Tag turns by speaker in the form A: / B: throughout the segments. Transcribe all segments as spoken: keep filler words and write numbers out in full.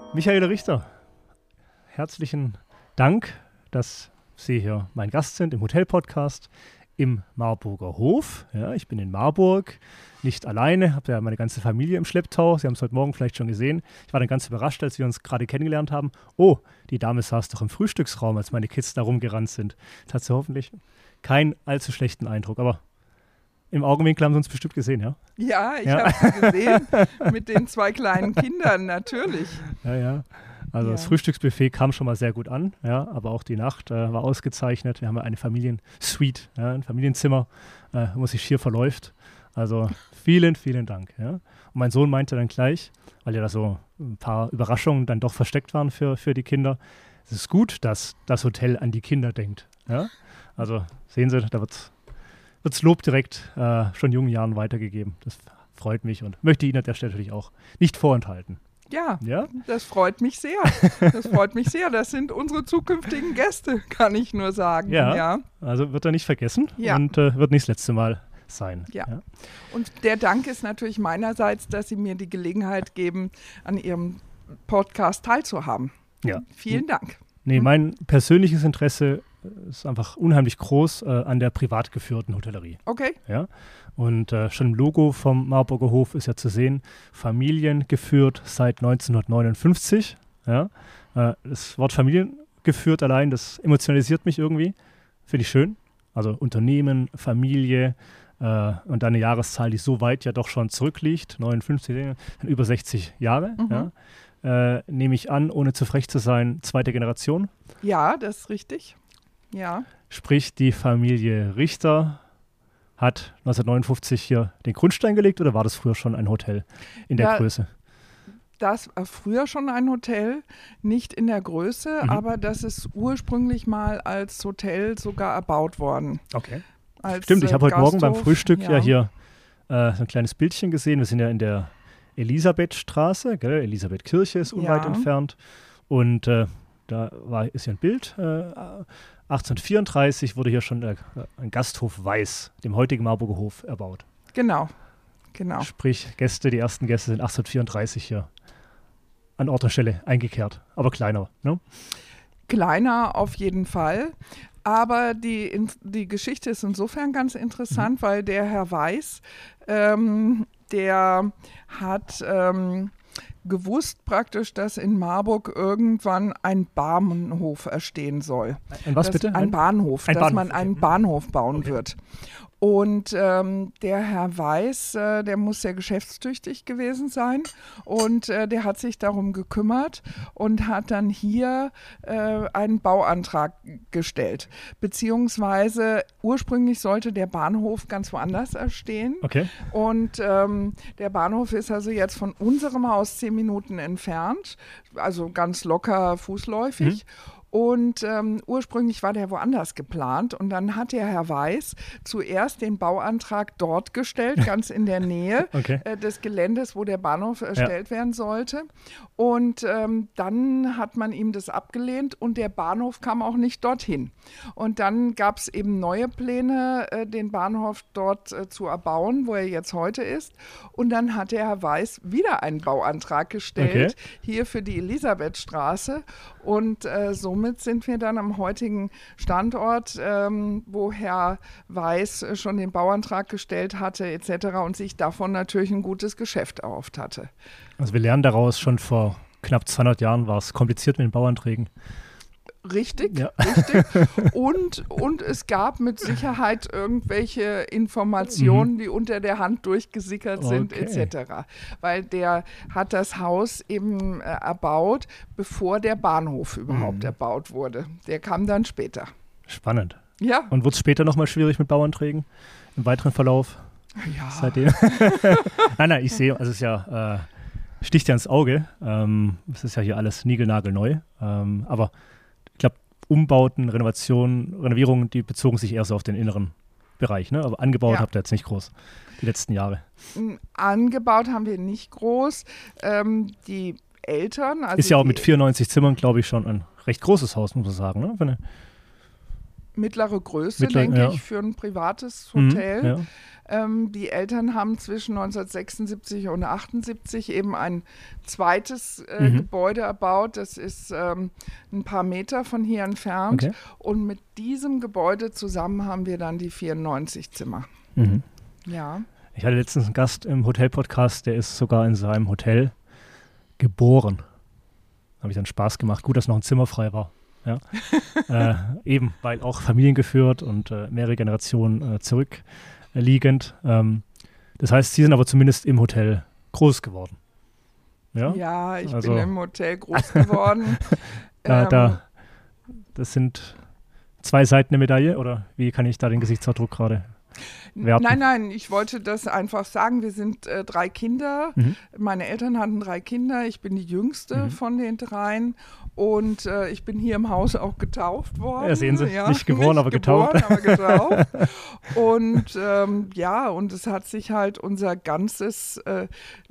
A: Michael Richter, herzlichen Dank, dass Sie hier mein Gast sind im Hotel-Podcast im Marburger Hof. Ja, ich bin in Marburg, nicht alleine, habe ja meine ganze Familie im Schlepptau. Sie haben es heute Morgen vielleicht schon gesehen. Ich war dann ganz überrascht, als wir uns gerade kennengelernt haben. Oh, die Dame saß doch im Frühstücksraum, als meine Kids da rumgerannt sind. Das hat sie hoffentlich keinen allzu schlechten Eindruck, aber im Augenwinkel haben Sie uns bestimmt gesehen, ja?
B: Ja, ich
A: ja.
B: habe sie gesehen mit den zwei kleinen Kindern, natürlich.
A: Ja, ja. Also
B: ja.
A: Das Frühstücksbuffet kam schon mal sehr gut an, ja, aber auch die Nacht äh, war ausgezeichnet. Wir haben ja eine Familiensuite, ja, ein Familienzimmer, äh, wo sich schier verläuft. Also vielen, vielen Dank. Ja. Und mein Sohn meinte dann gleich, weil ja da so ein paar Überraschungen dann doch versteckt waren für, für die Kinder, es ist gut, dass das Hotel an die Kinder denkt. Ja. Also sehen Sie, da wird das Lob direkt äh, schon in jungen Jahren weitergegeben. Das freut mich und möchte Ihnen an der Stelle natürlich auch nicht vorenthalten.
B: Ja,
A: ja,
B: das freut mich sehr. Das freut mich sehr. Das sind unsere zukünftigen Gäste, kann ich nur sagen.
A: Ja,
B: ja.
A: Also wird er nicht vergessen
B: ja.
A: und äh, wird nicht das letzte Mal sein.
B: Ja.
A: ja,
B: und der Dank ist natürlich meinerseits, dass Sie mir die Gelegenheit geben, an Ihrem Podcast teilzuhaben.
A: Ja.
B: Vielen Dank.
A: Nee, mein persönliches Interesse ist einfach unheimlich groß äh, an der privat geführten Hotellerie.
B: Okay.
A: Ja? Und äh, schon im Logo vom Marburger Hof ist ja zu sehen, familiengeführt seit neunzehnhundertneunundfünfzig. Ja? Äh, das Wort familiengeführt allein, das emotionalisiert mich irgendwie. Finde ich schön. Also Unternehmen, Familie äh, und dann eine Jahreszahl, die so weit ja doch schon zurückliegt, neunundfünfzig, dann über sechzig Jahre.
B: Mhm.
A: Ja? Äh, nehme ich an, ohne zu frech zu sein, zweite Generation.
B: Ja, das ist richtig. Ja.
A: Sprich, die Familie Richter hat neunzehnhundertneunundfünfzig hier den Grundstein gelegt oder war das früher schon ein Hotel in der
B: ja,
A: Größe?
B: Das war früher schon ein Hotel, nicht in der Größe, mhm. aber das ist ursprünglich mal als Hotel sogar erbaut worden.
A: Okay.
B: Als,
A: Stimmt, ich habe
B: äh,
A: heute Morgen beim Frühstück ja,
B: ja
A: hier äh, so ein kleines Bildchen gesehen. Wir sind ja in der Elisabethstraße, gell? Elisabethkirche ist unweit
B: ja.
A: entfernt. Und äh, da war, ist ja ein Bild. Äh, achtzehnhundertvierunddreißig wurde hier schon äh, ein Gasthof Weiß, dem heutigen Marburger Hof, erbaut.
B: Genau, genau.
A: Sprich, Gäste, die ersten Gäste sind achtzehnhundertvierunddreißig hier an Ort und Stelle eingekehrt, aber kleiner, ne?
B: Kleiner auf jeden Fall. Aber die, in, die Geschichte ist insofern ganz interessant, mhm. weil der Herr Weiß, ähm, der hat ähm, gewusst praktisch, dass in Marburg irgendwann ein Bahnhof erstehen soll.
A: Ein was
B: dass,
A: bitte?
B: Ein Bahnhof,
A: ein
B: dass
A: Bahnhof,
B: man einen
A: okay.
B: Bahnhof bauen
A: okay.
B: wird. Und ähm, der Herr Weiß, äh, der muss sehr geschäftstüchtig gewesen sein und äh, der hat sich darum gekümmert und hat dann hier äh, einen Bauantrag gestellt. Beziehungsweise ursprünglich sollte der Bahnhof ganz woanders erstehen.
A: Okay.
B: Und ähm, der Bahnhof ist also jetzt von unserem Haus zehn Minuten entfernt, also ganz locker fußläufig. Mhm. Und ähm, ursprünglich war der woanders geplant und dann hat der Herr Weiß zuerst den Bauantrag dort gestellt, ganz in der Nähe
A: okay.
B: äh, des Geländes, wo der Bahnhof erstellt ja. werden sollte. Und ähm, dann hat man ihm das abgelehnt und der Bahnhof kam auch nicht dorthin. Und dann gab es eben neue Pläne, äh, den Bahnhof dort äh, zu erbauen, wo er jetzt heute ist. Und dann hat der Herr Weiß wieder einen Bauantrag gestellt, okay. hier für die Elisabethstraße. Und äh, somit sind wir dann am heutigen Standort, ähm, wo Herr Weiß schon den Bauantrag gestellt hatte et cetera und sich davon natürlich ein gutes Geschäft erhofft hatte.
A: Also wir lernen daraus, schon vor knapp zweihundert Jahren war es kompliziert mit den Bauanträgen.
B: Richtig,
A: ja.
B: richtig. Und, und es gab mit Sicherheit irgendwelche Informationen, mhm. die unter der Hand durchgesickert sind,
A: okay.
B: et cetera. Weil der hat das Haus eben äh, erbaut, bevor der Bahnhof überhaupt mhm. erbaut wurde. Der kam dann später.
A: Spannend.
B: Ja.
A: Und wird es später nochmal schwierig mit Bauanträgen im weiteren Verlauf?
B: Ja.
A: Seitdem? nein, nein, ich sehe, also es ist ja, äh, sticht ja ins Auge. Ähm, es ist ja hier alles niegelnagelneu. Ähm, aber ich glaube, Umbauten, Renovationen, Renovierungen, die bezogen sich eher so auf den inneren Bereich, ne? Aber angebaut
B: ja.
A: habt ihr jetzt nicht groß die letzten Jahre.
B: Angebaut haben wir nicht groß. Ähm, die Eltern, also
A: ist ja auch
B: die
A: mit vierundneunzig Zimmern, glaube ich, schon ein recht großes Haus, muss man sagen, ne? Für eine
B: mittlere Größe,
A: Mittler,
B: denke
A: ja.
B: ich, für ein privates Hotel.
A: Mhm, ja.
B: Ähm, die Eltern haben zwischen neunzehnhundertsechsundsiebzig und achtundsiebzig eben ein zweites äh,
A: Mhm.
B: Gebäude erbaut. Das ist ähm, ein paar Meter von hier entfernt.
A: Okay.
B: Und mit diesem Gebäude zusammen haben wir dann die vierundneunzig Zimmer.
A: Mhm.
B: Ja.
A: Ich hatte letztens einen Gast im Hotel-Podcast, der ist sogar in seinem Hotel geboren. Da habe ich dann Spaß gemacht. Gut, dass noch ein Zimmer frei war. Ja. äh, eben, weil auch familiengeführt und äh, mehrere Generationen äh, zurückliegend. Ähm, das heißt, Sie sind aber zumindest im Hotel groß geworden. Ja,
B: Ja, ich
A: also,
B: bin im Hotel groß geworden.
A: da,
B: ähm,
A: da, das sind zwei Seiten der Medaille, oder wie kann ich da den Gesichtsausdruck gerade werten?
B: Nein, nein, ich wollte das einfach sagen. Wir sind äh, drei Kinder.
A: Mhm.
B: Meine Eltern hatten drei Kinder. Ich bin die jüngste
A: Mhm.
B: von den dreien. Und äh, ich bin hier im Haus auch getauft worden.
A: Ja, sehen Sie,
B: ja,
A: nicht geboren, aber
B: geboren,
A: getauft.
B: aber getauft. Und ähm, ja, und es hat sich halt unser ganzes äh,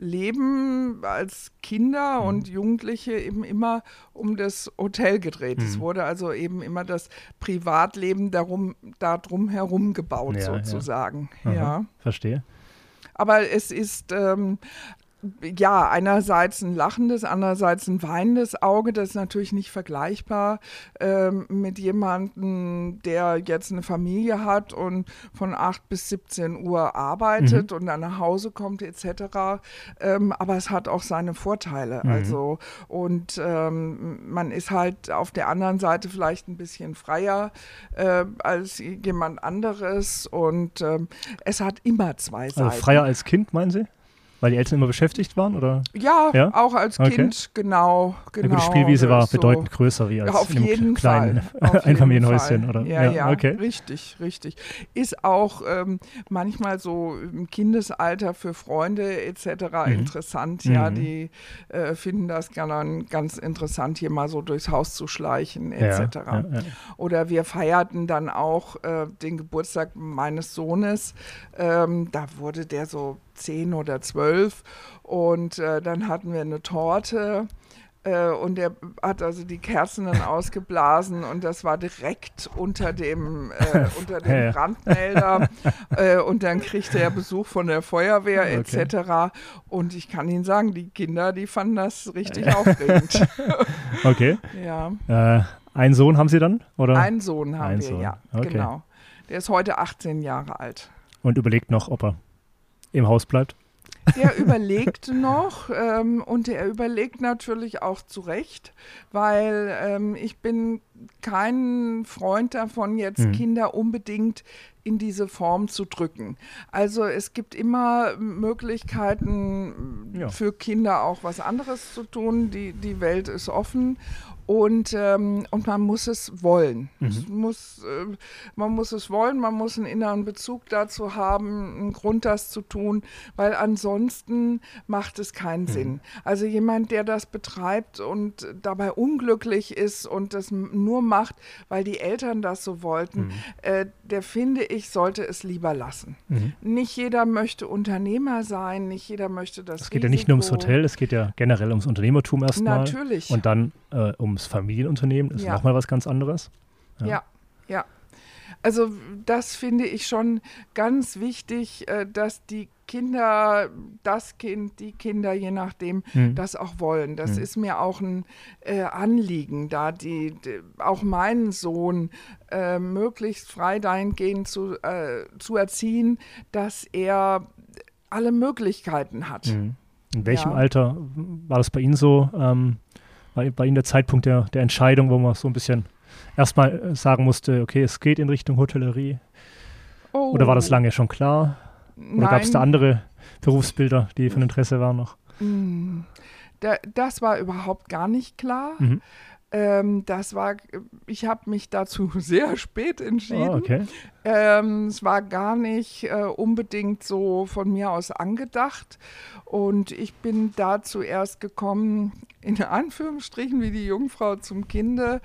B: Leben als Kinder
A: Mhm.
B: und Jugendliche eben immer um das Hotel gedreht.
A: Mhm.
B: Es wurde also eben immer das Privatleben darum, darum herum gebaut,
A: Ja,
B: sozusagen.
A: Aha,
B: Ja.
A: verstehe.
B: Aber es ist ähm, ja einerseits ein lachendes, andererseits ein weinendes Auge. Das ist natürlich nicht vergleichbar ähm, mit jemandem, der jetzt eine Familie hat und von acht bis siebzehn Uhr arbeitet
A: Mhm.
B: und dann nach Hause kommt et cetera. Ähm, aber es hat auch seine Vorteile.
A: Mhm.
B: Also und ähm, man ist halt auf der anderen Seite vielleicht ein bisschen freier äh, als jemand anderes und ähm, es hat immer zwei Seiten.
A: Also freier als Kind, meinen Sie? Weil die Eltern immer beschäftigt waren, oder?
B: Ja,
A: Ja?
B: auch als
A: Okay.
B: Kind, genau,
A: Ja,
B: genau.
A: gut, die Spielwiese war
B: so.
A: bedeutend größer wie als
B: Ja, auf
A: in einem
B: jeden
A: kleinen
B: Fall. Auf jeden
A: Einfamilienhäuschen,
B: Fall.
A: oder?
B: Ja, ja,
A: okay.
B: richtig, richtig. Ist auch ähm, manchmal so im Kindesalter für Freunde et cetera
A: Mhm.
B: interessant. Ja,
A: Mhm.
B: die äh, finden das gerne ganz interessant, hier mal so durchs Haus zu schleichen et
A: Ja,
B: cetera.
A: ja, ja.
B: Oder wir feierten dann auch äh, den Geburtstag meines Sohnes. Ähm, da wurde der so zehn oder zwölf und äh, dann hatten wir eine Torte äh, und der hat also die Kerzen dann ausgeblasen und das war direkt unter dem, äh, unter dem
A: Ja, ja.
B: Brandmelder äh, und dann kriegte er Besuch von der Feuerwehr et cetera. Und ich kann Ihnen sagen, die Kinder, die fanden das richtig aufregend.
A: Okay.
B: Ja.
A: Äh, einen Sohn haben Sie dann? Oder?
B: Einen Sohn haben
A: Ein
B: wir,
A: Sohn.
B: ja,
A: Okay.
B: genau. Der ist heute achtzehn Jahre alt.
A: Und überlegt noch, ob er im Haus bleibt?
B: Der überlegt noch ähm, und er überlegt natürlich auch zu Recht, weil ähm, ich bin kein Freund davon, jetzt
A: Mhm.
B: Kinder unbedingt in diese Form zu drücken. Also es gibt immer Möglichkeiten
A: Ja.
B: für Kinder auch was anderes zu tun. Die, die Welt ist offen. Und, ähm, und man muss es wollen.
A: Mhm.
B: Es muss, äh, man muss es wollen, man muss einen inneren Bezug dazu haben, einen Grund, das zu tun, weil ansonsten macht es keinen
A: Mhm.
B: Sinn. Also jemand, der das betreibt und dabei unglücklich ist und das m- nur macht, weil die Eltern das so wollten,
A: Mhm.
B: äh, der finde ich, sollte es lieber lassen.
A: Mhm.
B: Nicht jeder möchte Unternehmer sein, nicht jeder möchte das
A: Es geht ja nicht nur ums
B: Risiko.
A: Hotel, es geht ja generell ums Unternehmertum erstmal.
B: Natürlich.
A: Und dann äh, ums Familienunternehmen, ist
B: Ja.
A: nochmal was ganz anderes. Ja.
B: Ja, ja. Also das finde ich schon ganz wichtig, äh, dass die Kinder, das Kind, die Kinder, je nachdem,
A: Mhm.
B: das auch wollen. Das
A: Mhm.
B: ist mir auch ein äh, Anliegen, da die, die auch meinen Sohn äh, möglichst frei dahingehend zu, äh, zu erziehen, dass er alle Möglichkeiten hat.
A: Mhm. In welchem
B: Ja.
A: Alter war das bei Ihnen so? Ähm, war bei Ihnen der Zeitpunkt der, der Entscheidung, wo man so ein bisschen erstmal äh, sagen musste, okay, es geht in Richtung Hotellerie?
B: Oh,
A: Oder war das lange schon klar? Oder gab es da
B: nein.
A: andere Berufsbilder, die von Interesse waren noch?
B: Mm, Da, das war überhaupt gar nicht klar.
A: Mhm.
B: Ähm, das war, ich habe mich dazu sehr spät entschieden.
A: Oh, okay.
B: Ähm, es war gar nicht äh, unbedingt so von mir aus angedacht. Und ich bin da zuerst gekommen, in Anführungsstrichen, wie die Jungfrau zum Kinde.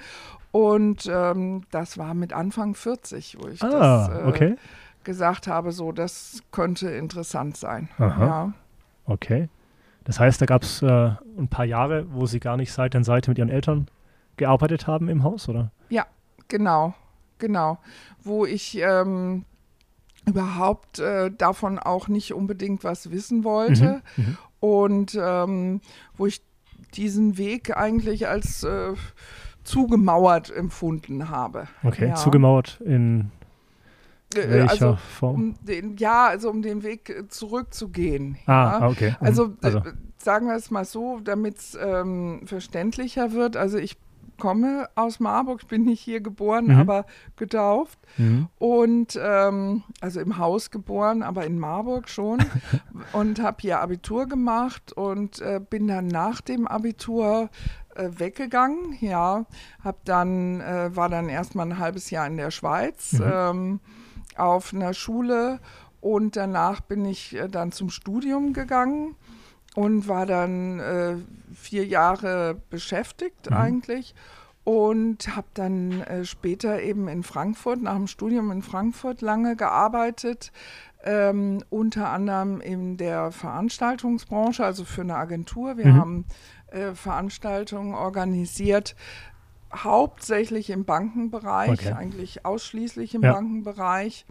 B: Und ähm, das war mit Anfang vierzig, wo ich
A: Ah,
B: das äh,
A: okay.
B: gesagt habe, so, das könnte interessant sein.
A: Aha.
B: Ja.
A: Okay. Das heißt, da gab es äh, ein paar Jahre, wo Sie gar nicht Seite an Seite mit Ihren Eltern gearbeitet haben im Haus, oder?
B: Ja, genau, genau. Wo ich ähm, überhaupt äh, davon auch nicht unbedingt was wissen wollte.
A: Mhm. Mhm.
B: Und ähm, wo ich diesen Weg eigentlich als äh, zugemauert empfunden habe.
A: Okay,
B: ja.
A: zugemauert in welcher
B: also,
A: Form?
B: Um den, ja, also um den Weg zurückzugehen.
A: Ah,
B: ja.
A: okay. Mhm.
B: Also,
A: also.
B: Äh, sagen wir es mal so, damit es ähm, verständlicher wird. Also ich komme aus Marburg, ich bin nicht hier geboren,
A: Mhm.
B: aber getauft.
A: Mhm.
B: Und ähm, also im Haus geboren, aber in Marburg schon. Und habe hier Abitur gemacht und äh, bin dann nach dem Abitur äh, weggegangen. Ja, hab dann, äh, war dann erstmal ein halbes Jahr in der Schweiz
A: Mhm.
B: ähm, auf einer Schule. Und danach bin ich äh, dann zum Studium gegangen. Und war dann äh, vier Jahre beschäftigt
A: Mhm.
B: eigentlich und habe dann äh, später eben in Frankfurt, nach dem Studium in Frankfurt lange gearbeitet, ähm, unter anderem in der Veranstaltungsbranche, also für eine Agentur. Wir
A: Mhm.
B: haben äh, Veranstaltungen organisiert, hauptsächlich im Bankenbereich,
A: Okay.
B: eigentlich ausschließlich im
A: Ja.
B: Bankenbereich.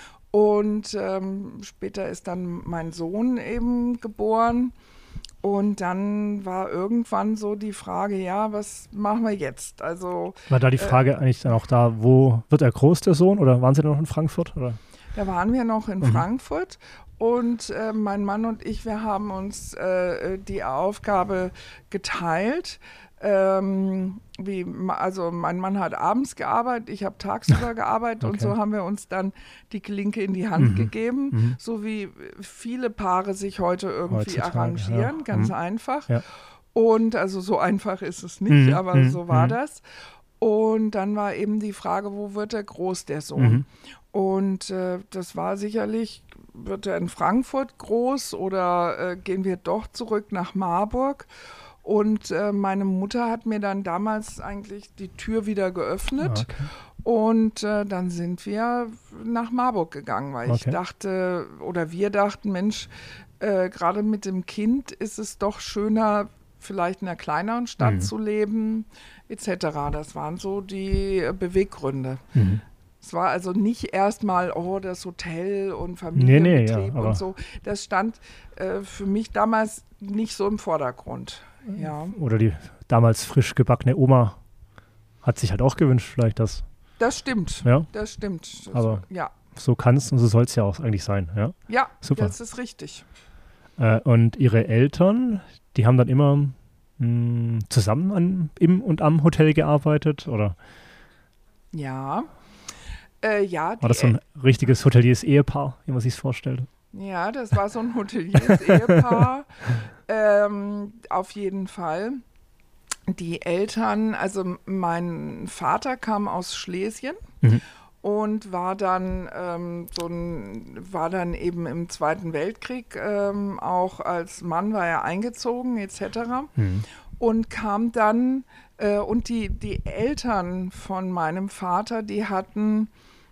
B: Und ähm, später ist dann mein Sohn eben geboren. Und dann war irgendwann so die Frage, ja, was machen wir jetzt? Also
A: War da die Frage äh, eigentlich dann auch da, wo wird er groß, der Sohn? Oder waren Sie noch in Frankfurt? Oder?
B: Da waren wir noch in
A: Mhm.
B: Frankfurt. Und äh, mein Mann und ich, wir haben uns äh, die Aufgabe geteilt. Ähm, wie, also mein Mann hat abends gearbeitet, ich habe tagsüber gearbeitet. Okay. Und so haben wir uns dann die Klinke in die Hand mhm. gegeben, mhm. so wie viele Paare sich heute irgendwie Heutzutage, arrangieren, ja. ganz mhm. einfach. Ja. Und also so einfach ist es nicht, mhm. aber mhm. so war mhm. das. Und dann war eben die Frage, wo wird er groß, der Sohn? Mhm. Und äh, das war sicherlich, wird er in Frankfurt groß oder äh, gehen wir doch zurück nach Marburg? Und äh, meine Mutter hat mir dann damals eigentlich die Tür wieder geöffnet. Okay. Und äh, dann sind wir nach Marburg gegangen, weil okay. ich dachte, oder wir dachten, Mensch, äh, gerade mit dem Kind ist es doch schöner, vielleicht in einer kleineren Stadt mhm. zu leben, et cetera. Das waren so die Beweggründe. Mhm. Es war also nicht erstmal, oh, das Hotel und Familienbetrieb nee, nee, ja, und so. Das stand äh, für mich damals nicht so im Vordergrund. Ja.
A: Oder die damals frisch gebackene Oma hat sich halt auch gewünscht, vielleicht das.
B: Das stimmt.
A: Ja?
B: Das stimmt. Das,
A: Aber
B: ja.
A: so kann es und so soll es ja auch eigentlich sein. Ja,
B: ja
A: super.
B: Das ist richtig.
A: Äh, und Ihre Eltern, die haben dann immer mh, zusammen an, im und am Hotel gearbeitet, oder?
B: Ja. Äh, ja.
A: War das so ein richtiges Hoteliers-Ehepaar, wie man sich es vorstellt?
B: Ja, das war so ein Hoteliers-Ehepaar. ähm, auf jeden Fall. Die Eltern, also mein Vater kam aus Schlesien mhm. und war dann ähm, so ein, war dann eben im Zweiten Weltkrieg ähm, auch als Mann war er eingezogen et cetera. Mhm. Und kam dann äh, und die die Eltern von meinem Vater, die hatten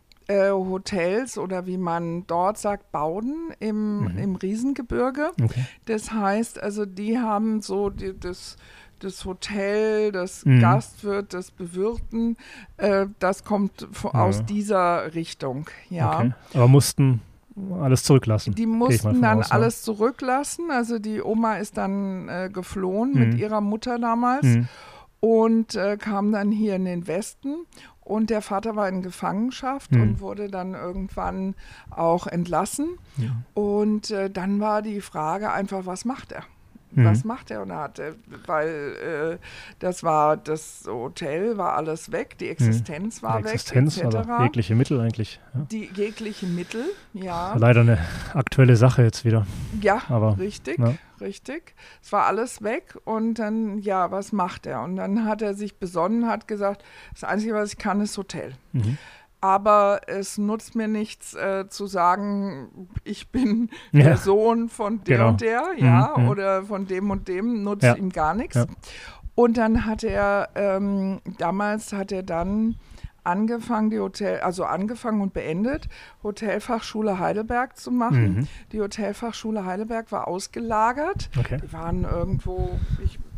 B: Hotels oder wie man dort sagt, Bauden im, mhm. im Riesengebirge. Okay. Das heißt, also die haben so die, das, das Hotel, das mhm. Gastwirt, das Bewirten, äh, das kommt f- ja. aus dieser Richtung. Ja.
A: Okay. Aber mussten alles zurücklassen.
B: Die mussten dann aus, alles ja. zurücklassen. Also die Oma ist dann äh, geflohen mhm. mit ihrer Mutter damals mhm. und äh, kam dann hier in den Westen. Und der Vater war in Gefangenschaft mhm. und wurde dann irgendwann auch entlassen. Ja. Und äh, dann war die Frage einfach, was macht er? Mhm. Was macht er? Und er hatte, weil äh, das war, das Hotel war alles weg, die Existenz mhm. war
A: die
B: weg,
A: Existenz,
B: et cetera.
A: Also jegliche Mittel eigentlich. Ja.
B: Die jegliche Mittel, ja.
A: Leider eine aktuelle Sache jetzt wieder.
B: Ja,
A: Aber,
B: richtig,
A: ja.
B: richtig. Es war alles weg und dann, ja, was macht er? Und dann hat er sich besonnen, hat gesagt, das Einzige, was ich kann, ist Hotel. Mhm. Aber es nutzt mir nichts äh, zu sagen, ich bin ja. der Sohn von der
A: genau.
B: und der, ja,
A: mhm.
B: oder von dem und dem, nutzt
A: ja.
B: ihm gar nichts.
A: Ja.
B: Und dann hat er, ähm, damals hat er dann angefangen, die Hotel, also angefangen und beendet, Hotelfachschule Heidelberg zu machen. Mhm. Die Hotelfachschule Heidelberg war ausgelagert.
A: Okay.
B: Die waren irgendwo, ich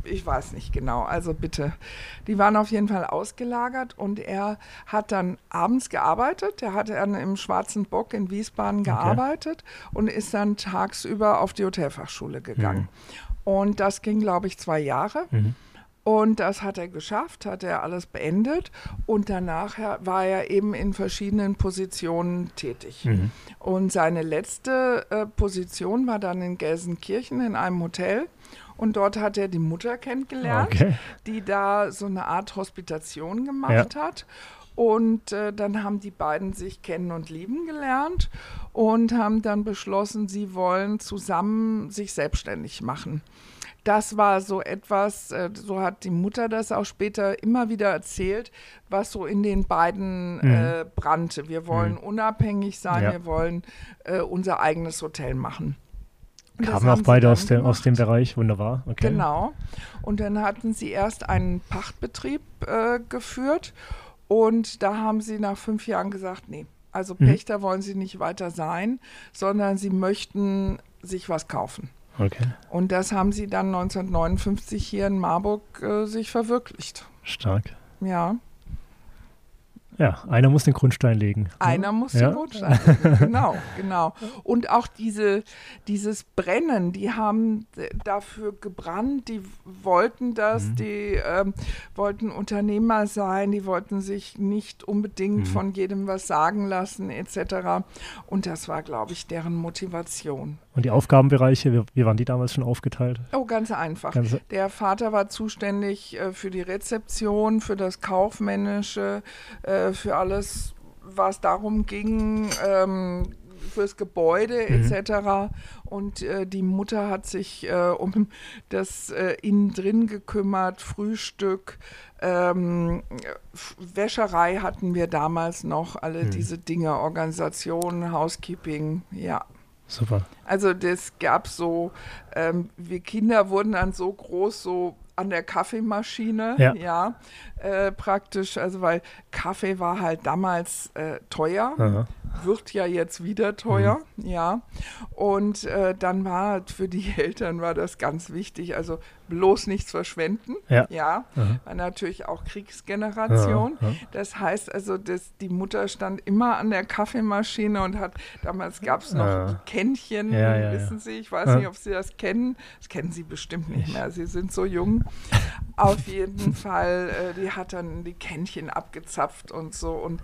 B: ich weiß nicht genau, also bitte. Die waren auf jeden Fall ausgelagert und er hat dann abends gearbeitet. Er hat dann im Schwarzen Bock in Wiesbaden gearbeitet okay. und ist dann tagsüber auf die Hotelfachschule gegangen. Mhm. Und das ging, glaube ich, zwei Jahre. Mhm. Und das hat er geschafft, hat er alles beendet und danach war er eben in verschiedenen Positionen tätig. Mhm. Und seine letzte äh, Position war dann in Gelsenkirchen in einem Hotel und dort hat er die Mutter kennengelernt, okay. die da so eine Art Hospitation gemacht ja. hat. Und äh, dann haben die beiden sich kennen und lieben gelernt und haben dann beschlossen, sie wollen zusammen sich selbstständig machen. Das war so etwas, so hat die Mutter das auch später immer wieder erzählt, was so in den beiden mhm. äh, brannte. Wir wollen mhm. unabhängig sein, ja. wir wollen äh, unser eigenes Hotel machen.
A: Und kamen auch beide aus dem, aus dem Bereich, wunderbar. Okay.
B: Genau. Und dann hatten sie erst einen Pachtbetrieb äh, geführt und da haben sie nach fünf Jahren gesagt, nee, also Pächter mhm. wollen sie nicht weiter sein, sondern sie möchten sich was kaufen.
A: Okay.
B: Und das haben sie dann neunzehnhundertneunundfünfzig hier in Marburg äh, sich verwirklicht.
A: Stark.
B: Ja.
A: Ja, einer muss den Grundstein legen.
B: Einer
A: ne?
B: muss
A: ja.
B: den Grundstein legen, genau, genau. Und auch diese, dieses Brennen, die haben dafür gebrannt, die wollten das, mhm. die ähm, wollten Unternehmer sein, die wollten sich nicht unbedingt mhm. von jedem was sagen lassen, et cetera. Und das war, glaube ich, deren Motivation.
A: Und die Aufgabenbereiche, wie, wie waren die damals schon aufgeteilt?
B: Oh, ganz einfach. Ganz Der Vater war zuständig äh, für die Rezeption, für das Kaufmännische, äh, für alles, was darum ging, ähm, fürs Gebäude mhm. et cetera. Und äh, die Mutter hat sich äh, um das äh, innen drin gekümmert, Frühstück, ähm, Wäscherei hatten wir damals noch, alle mhm. diese Dinge, Organisation, Housekeeping, ja.
A: Super.
B: Also das gab so, ähm, wir Kinder wurden dann so groß, so an der Kaffeemaschine, ja, ja äh, praktisch, also weil Kaffee war halt damals äh, teuer, aha. wird ja jetzt wieder teuer, mhm. ja, und äh, dann war für die Eltern war das ganz wichtig, also bloß nichts verschwenden, ja, ja. war natürlich auch Kriegsgeneration, aha. das heißt also, dass die Mutter stand immer an der Kaffeemaschine und hat, damals gab es noch aha. Kännchen, ja, ja, wissen Sie, ich weiß aha. nicht, ob Sie das kennen, das kennen Sie bestimmt nicht mehr, Sie sind so jung. Auf jeden Fall, äh, die hat dann die Kännchen abgezapft und so. Und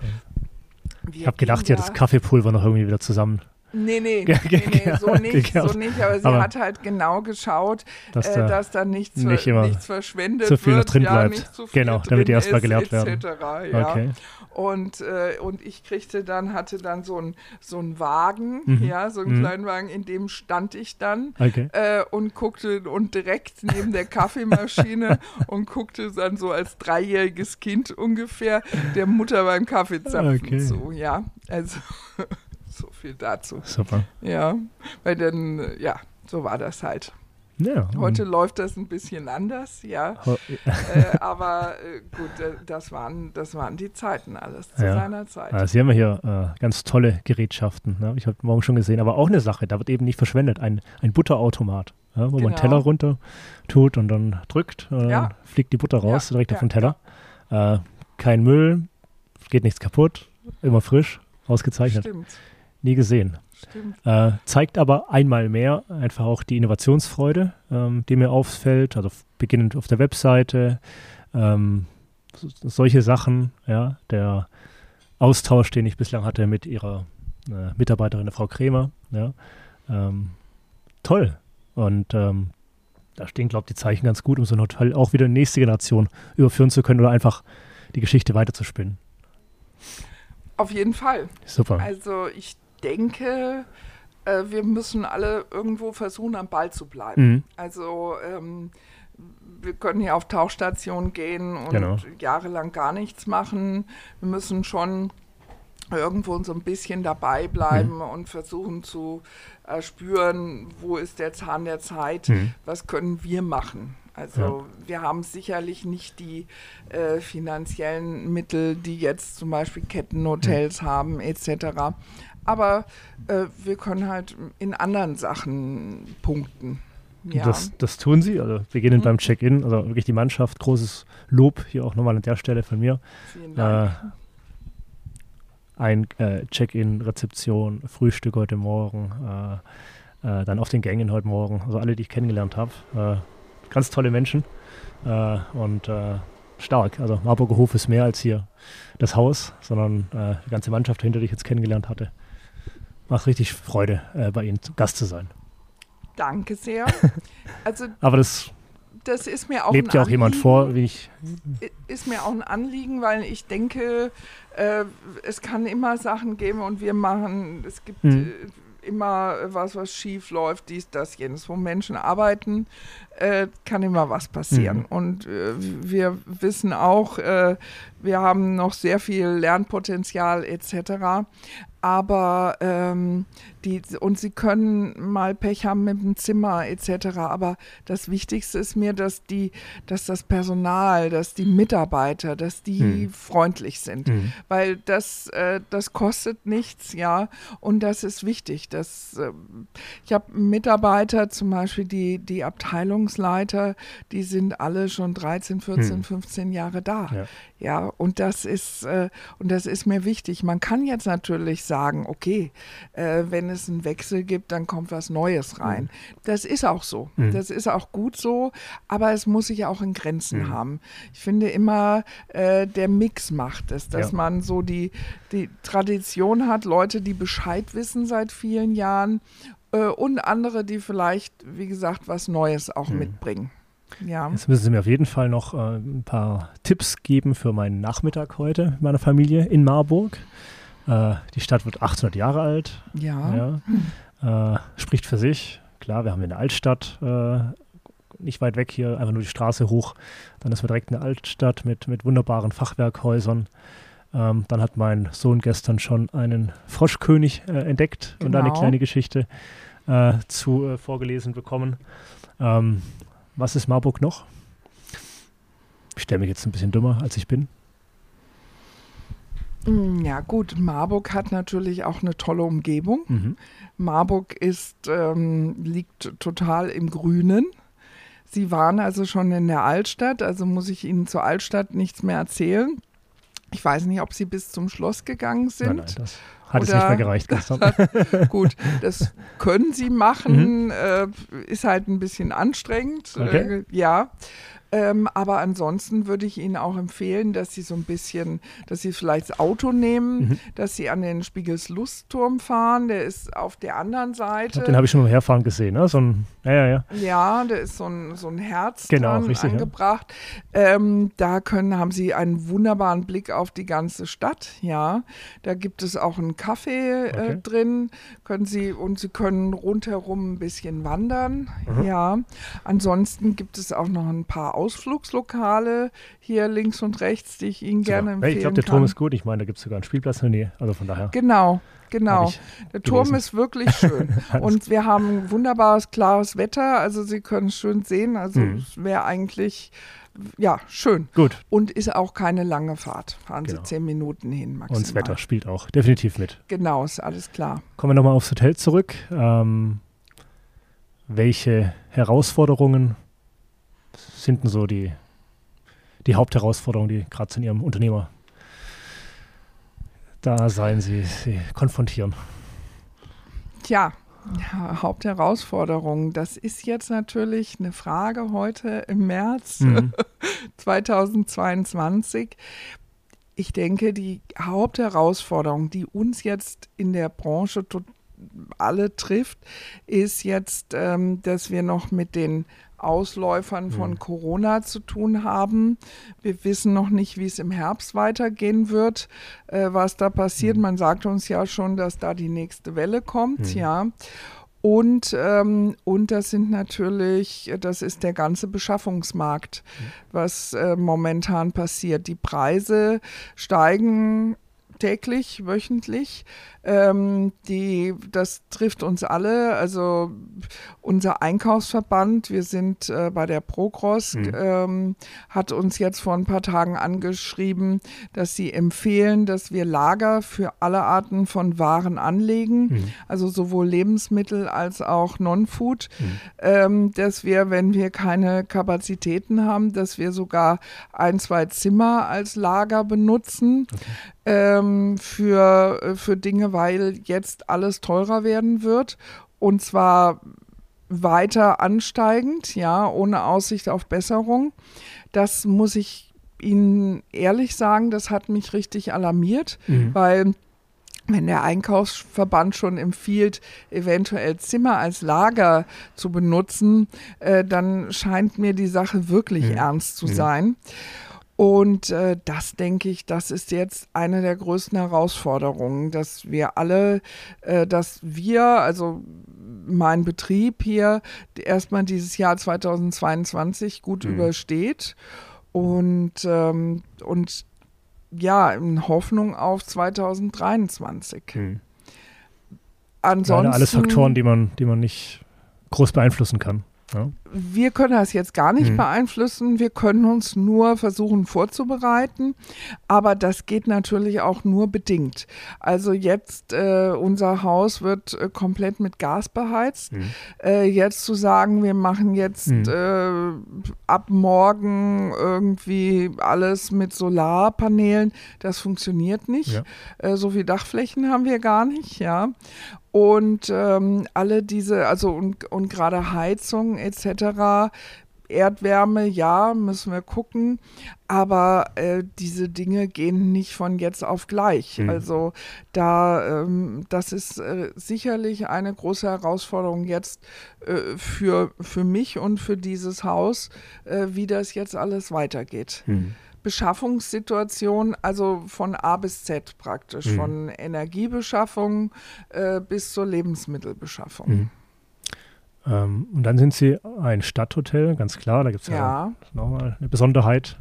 A: ich habe gedacht, ja, das Kaffeepulver noch irgendwie wieder zusammen.
B: Nee, nee, nee, nee, so nicht, so nicht, aber sie aber hat halt genau geschaut, dass da, äh, dass da nichts,
A: nicht
B: ver, nichts verschwendet
A: zu viel
B: wird,
A: noch drin
B: ja,
A: bleibt.
B: nicht zu viel
A: genau, damit die erstmal gelehrt werden.
B: et cetera, ja.
A: Okay.
B: Und, äh, und ich kriegte dann, hatte dann so einen so einen Wagen, mhm. ja, so einen
A: mhm.
B: kleinen Wagen, in dem stand ich dann
A: okay.
B: äh, und guckte und direkt neben der Kaffeemaschine und guckte dann so als dreijähriges Kind ungefähr der Mutter beim Kaffeezapfen
A: okay.
B: zu, ja, also so viel dazu.
A: Super.
B: Ja, weil dann, ja, so war das halt.
A: Ja,
B: Heute läuft das ein bisschen anders, ja. äh, aber äh, gut, äh, das waren, das waren die Zeiten alles zu
A: ja.
B: seiner Zeit.
A: Also hier haben wir hier äh, ganz tolle Gerätschaften. Ne? Ich habe morgen schon gesehen, aber auch eine Sache, da wird eben nicht verschwendet. Ein, ein Butterautomat, ja, wo genau. man Teller runter tut und dann drückt, äh,
B: ja.
A: dann fliegt die Butter raus,
B: ja.
A: direkt
B: ja.
A: auf den Teller. Ja. Äh, kein Müll, geht nichts kaputt, immer frisch, ausgezeichnet.
B: Stimmt.
A: Nie gesehen. Äh, zeigt aber einmal mehr einfach auch die Innovationsfreude, ähm, die mir auffällt, also beginnend auf der Webseite, ähm, so, solche Sachen, ja, der Austausch, den ich bislang hatte mit ihrer äh, Mitarbeiterin, der Frau Krämer, ja, ähm, toll. Und ähm, da stehen, glaube ich, die Zeichen ganz gut, um so ein Hotel auch wieder in die nächste Generation überführen zu können oder einfach die Geschichte weiterzuspinnen.
B: Auf jeden Fall.
A: Super.
B: Also ich denke, äh, wir müssen alle irgendwo versuchen, am Ball zu bleiben. Mhm. Also ähm, wir können hier auf Tauchstationen gehen und
A: genau.
B: jahrelang gar nichts machen. Wir müssen schon irgendwo so ein bisschen dabei bleiben mhm. und versuchen zu äh, spüren, wo ist der Zahn der Zeit, mhm. was können wir machen. Also ja. wir haben sicherlich nicht die äh, finanziellen Mittel, die jetzt zum Beispiel Kettenhotels mhm. haben et cetera. Aber äh, wir können halt in anderen Sachen punkten. Ja.
A: Das, das tun sie. Also wir gehen mhm. beim Check-in, also wirklich die Mannschaft, großes Lob hier auch nochmal an der Stelle von mir.
B: Vielen Dank.
A: Äh, ein äh, Check-in, Rezeption, Frühstück heute Morgen, äh, äh, dann auf den Gängen heute Morgen, also alle, die ich kennengelernt habe. Äh, ganz tolle Menschen äh, und äh, stark. Also Marburger Hof ist mehr als hier das Haus, sondern äh, die ganze Mannschaft dahinter, die ich jetzt kennengelernt hatte. Macht richtig Freude, äh, bei Ihnen Gast zu sein.
B: Danke sehr. Also
A: aber das,
B: das ist mir auch
A: lebt ja auch
B: Anliegen,
A: jemand vor, wie ich.
B: Ist mir auch ein Anliegen, weil ich denke, äh, es kann immer Sachen geben und wir machen, es gibt mhm. äh, immer was, was schief läuft, dies, das, jenes. Wo Menschen arbeiten, äh, kann immer was passieren. Mhm. Und äh, wir wissen auch, äh, wir haben noch sehr viel Lernpotenzial et cetera. Aber ähm, die, und sie können mal Pech haben mit dem Zimmer et cetera. Aber das Wichtigste ist mir, dass die, dass das Personal, dass die Mitarbeiter, dass die mhm. freundlich sind, mhm. weil das, äh, das kostet nichts, ja. Und das ist wichtig. Dass, äh, ich habe Mitarbeiter, zum Beispiel die, die Abteilungsleiter, die sind alle schon dreizehn, vierzehn, mhm. fünfzehn Jahre da. Ja, ja und das ist äh, und das ist mir wichtig. Man kann jetzt natürlich sagen, okay, äh, wenn es einen Wechsel gibt, dann kommt was Neues rein. Mhm. Das ist auch so. Mhm. Das ist auch gut so, aber es muss sich auch in Grenzen mhm. haben. Ich finde immer, äh, der Mix macht es, dass ja. man so die, die Tradition hat, Leute, die Bescheid wissen seit vielen Jahren äh, und andere, die vielleicht, wie gesagt, was Neues auch mhm. mitbringen. Ja.
A: Jetzt müssen Sie mir auf jeden Fall noch äh, ein paar Tipps geben für meinen Nachmittag heute mit meiner Familie in Marburg. Äh, die Stadt wird achthundert Jahre alt.
B: Ja.
A: ja. Äh, spricht für sich. Klar, wir haben hier eine Altstadt, äh, nicht weit weg hier, einfach nur die Straße hoch. Dann ist man direkt eine Altstadt mit, mit wunderbaren Fachwerkhäusern. Ähm, dann hat mein Sohn gestern schon einen Froschkönig äh, entdeckt genau. und eine kleine Geschichte äh, zu äh, vorgelesen bekommen. Ähm, was ist Marburg noch? Ich stelle mich jetzt ein bisschen dümmer, als ich bin.
B: Ja gut, Marburg hat natürlich auch eine tolle Umgebung.
A: Mhm.
B: Marburg ist, ähm, liegt total im Grünen. Sie waren also schon in der Altstadt, also muss ich Ihnen zur Altstadt nichts mehr erzählen. Ich weiß nicht, ob Sie bis zum Schloss gegangen sind.
A: Nein, nein, das hat es nicht mehr gereicht gestern.
B: Gut, das können Sie machen, mhm. äh, ist halt ein bisschen anstrengend,
A: okay.
B: äh, ja. Ähm, aber ansonsten würde ich Ihnen auch empfehlen, dass Sie so ein bisschen, dass Sie vielleicht das Auto nehmen, mhm. dass Sie an den Spiegelslustturm fahren. Der ist auf der anderen Seite.
A: Den habe ich schon mal herfahren gesehen, ne? So ein, ja, ja, ja.
B: Ja, da ist so ein, so ein Herz
A: genau,
B: dran
A: richtig,
B: angebracht. Ja. Ähm, da können, haben Sie einen wunderbaren Blick auf die ganze Stadt. Ja, da gibt es auch einen Kaffee äh,
A: okay.
B: drin. Können Sie und Sie können rundherum ein bisschen wandern. Mhm. Ja, ansonsten gibt es auch noch ein paar Ausflugslokale hier links und rechts, die ich Ihnen gerne empfehlen kann.
A: Ich glaube, der Turm ist gut. Ich meine, da gibt es sogar einen Spielplatz in der Nähe. Also von daher.
B: Genau, genau. Der Turm gelesen. Ist wirklich schön. Und wir haben wunderbares, klares Wetter. Also Sie können es schön sehen. Also mhm. es wäre eigentlich, ja, schön.
A: Gut.
B: Und ist auch keine lange Fahrt. Fahren
A: genau.
B: Sie zehn Minuten hin maximal.
A: Und das Wetter spielt auch definitiv mit.
B: Genau, ist alles klar.
A: Kommen wir nochmal aufs Hotel zurück. Ähm, welche Herausforderungen sind denn so die, die Hauptherausforderungen, die gerade in Ihrem Unternehmer da sein, Sie, Sie konfrontieren?
B: Tja, ja, Hauptherausforderung, das ist jetzt natürlich eine Frage heute im März mhm. zweitausendzweiundzwanzig. Ich denke, die Hauptherausforderung, die uns jetzt in der Branche alle trifft, ist jetzt, ähm, dass wir noch mit den Ausläufern von mhm. Corona zu tun haben. Wir wissen noch nicht, wie es im Herbst weitergehen wird, äh, was da passiert. Mhm. Man sagte uns ja schon, dass da die nächste Welle kommt, mhm. ja. Und, ähm, und das sind natürlich, das ist der ganze Beschaffungsmarkt, mhm. was äh, momentan passiert. Die Preise steigen täglich, wöchentlich. Ähm, die, das trifft uns alle. Also unser Einkaufsverband, wir sind äh, bei der Procross, mhm. ähm, hat uns jetzt vor ein paar Tagen angeschrieben, dass sie empfehlen, dass wir Lager für alle Arten von Waren anlegen, mhm. also sowohl Lebensmittel als auch Non-Food, mhm. ähm, dass wir, wenn wir keine Kapazitäten haben, dass wir sogar ein, zwei Zimmer als Lager benutzen. Okay. Ähm, für, für Dinge, weil jetzt alles teurer werden wird und zwar weiter ansteigend, ja, ohne Aussicht auf Besserung. Das muss ich Ihnen ehrlich sagen, das hat mich richtig alarmiert, mhm. weil wenn der Einkaufsverband schon empfiehlt, eventuell Zimmer als Lager zu benutzen, äh, dann scheint mir die Sache wirklich mhm. ernst zu mhm. sein. Und äh, das, denke ich, das ist jetzt eine der größten Herausforderungen, dass wir alle, äh, dass wir, also mein Betrieb hier, erstmal dieses Jahr zweitausendzweiundzwanzig gut mhm. übersteht und, ähm, und ja, in Hoffnung auf zweitausenddreiundzwanzig. Mhm. Ansonsten,
A: ja, alles Faktoren, die man, die man nicht groß beeinflussen kann. Ja.
B: Wir können das jetzt gar nicht mhm. beeinflussen. Wir können uns nur versuchen vorzubereiten. Aber das geht natürlich auch nur bedingt. Also jetzt, äh, unser Haus wird äh, komplett mit Gas beheizt. Mhm. Äh, jetzt zu sagen, wir machen jetzt mhm. äh, ab morgen irgendwie alles mit Solarpanelen, das funktioniert nicht. Ja. Äh, so viele Dachflächen haben wir gar nicht, ja. Und ähm, alle diese, also und, und gerade Heizung et cetera, Erdwärme, ja, müssen wir gucken, aber äh, diese Dinge gehen nicht von jetzt auf gleich. Mhm. Also da, ähm, das ist äh, sicherlich eine große Herausforderung jetzt äh, für, für mich und für dieses Haus, äh, wie das jetzt alles weitergeht. Mhm. Beschaffungssituation, also von A bis Z praktisch, mhm. von Energiebeschaffung äh, bis zur Lebensmittelbeschaffung.
A: Mhm. Ähm, und dann sind Sie ein Stadthotel, ganz klar, da gibt es ja, ja nochmal eine Besonderheit,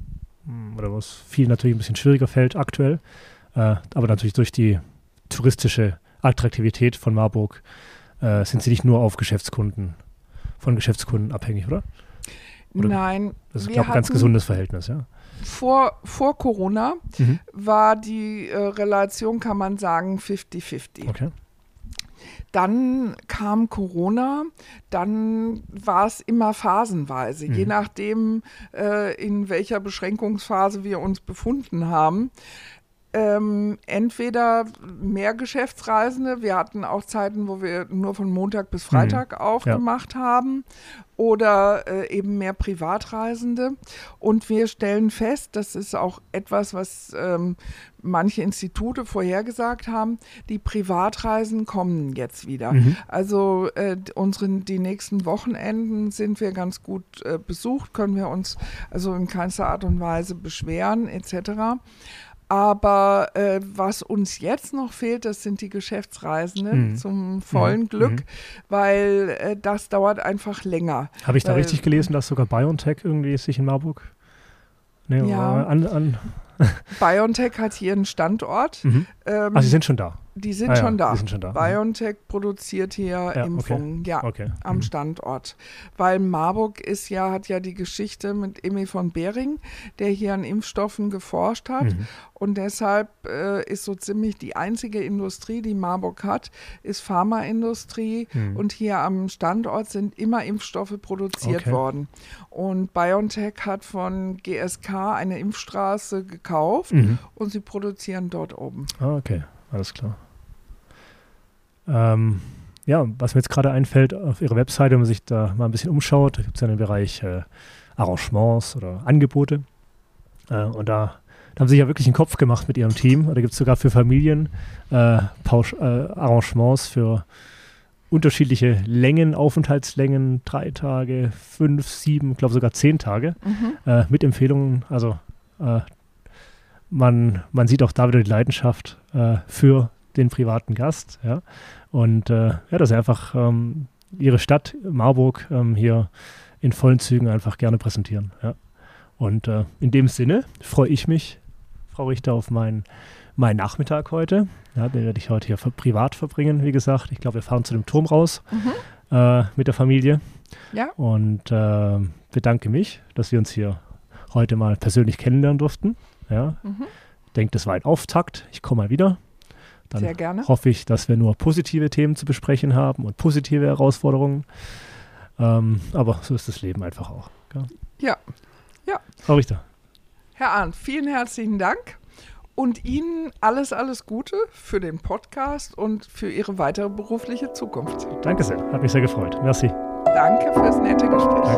A: oder was vielen natürlich ein bisschen schwieriger fällt aktuell, äh, aber natürlich durch die touristische Attraktivität von Marburg äh, sind Sie nicht nur auf Geschäftskunden, von Geschäftskunden abhängig, oder? Oder
B: Nein.
A: Das ist, glaube ich, ein ganz gesundes Verhältnis, ja.
B: Vor, vor Corona mhm. war die äh, Relation, kann man sagen, fifty fifty.
A: Okay.
B: Dann kam Corona, dann war es immer phasenweise, mhm. je nachdem, äh, in welcher Beschränkungsphase wir uns befunden haben. Ähm, entweder mehr Geschäftsreisende, wir hatten auch Zeiten, wo wir nur von Montag bis Freitag mhm. aufgemacht ja. haben, oder äh, eben mehr Privatreisende. Und wir stellen fest, das ist auch etwas, was ähm, manche Institute vorhergesagt haben, die Privatreisen kommen jetzt wieder. Mhm. Also äh, unsere, die nächsten Wochenenden sind wir ganz gut äh, besucht, können wir uns also in keinster Art und Weise beschweren et cetera. Aber äh, was uns jetzt noch fehlt, das sind die Geschäftsreisenden mhm. zum vollen mhm. Glück, mhm. weil äh, das dauert einfach länger.
A: Habe ich da
B: weil,
A: richtig gelesen, dass sogar BioNTech irgendwie sich in Marburg nee,
B: ja.
A: an, an
B: BioNTech hat hier einen Standort.
A: Mhm. Ähm, Ach, Sie sind schon da?
B: Die sind,
A: ah,
B: schon,
A: ja,
B: da.
A: die sind schon da.
B: BioNTech produziert hier ja, Impfungen,
A: okay.
B: ja,
A: okay.
B: am
A: mhm.
B: Standort. Weil Marburg ist ja, hat ja die Geschichte mit Emil von Behring, der hier an Impfstoffen geforscht hat. Mhm. Und deshalb äh, ist so ziemlich die einzige Industrie, die Marburg hat, ist Pharmaindustrie. Mhm. Und hier am Standort sind immer Impfstoffe produziert okay. worden. Und BioNTech hat von G S K eine Impfstraße gekauft mhm. und sie produzieren dort oben.
A: Ah, okay. Alles klar. Ähm, ja, was mir jetzt gerade einfällt, auf Ihrer Webseite, wenn man sich da mal ein bisschen umschaut, da gibt es ja den Bereich äh, Arrangements oder Angebote. Äh, und da, da haben Sie sich ja wirklich einen Kopf gemacht mit Ihrem Team. Da gibt es sogar für Familien äh, Pausch, äh, Arrangements für unterschiedliche Längen, Aufenthaltslängen, drei Tage, fünf, sieben, ich glaube sogar zehn Tage, mhm. äh, mit Empfehlungen. Also äh, Man, man sieht auch da wieder die Leidenschaft äh, für den privaten Gast. Ja? Und äh, ja, dass sie einfach ähm, ihre Stadt Marburg ähm, hier in vollen Zügen einfach gerne präsentieren. Ja? Und äh, in dem Sinne freue ich mich, Frau Richter, auf mein mein Nachmittag heute. Ja, den werde ich heute hier für privat verbringen, wie gesagt. Ich glaube, wir fahren zu dem Turm raus mhm. äh, mit der Familie.
B: Ja.
A: Und äh, bedanke mich, dass wir uns hier heute mal persönlich kennenlernen durften. Ja. Mhm. Ich denke, das war ein Auftakt. Ich komme mal wieder. Dann
B: Sehr gerne.
A: Hoffe ich, dass wir nur positive Themen zu besprechen haben und positive Herausforderungen. Ähm, aber so ist das Leben einfach auch. Gell?
B: Ja, ja.
A: Frau Richter.
B: Herr Arndt, vielen herzlichen Dank und Ihnen alles, alles Gute für den Podcast und für Ihre weitere berufliche Zukunft.
A: Danke sehr, hat mich sehr gefreut. Merci.
B: Danke fürs nette Gespräch.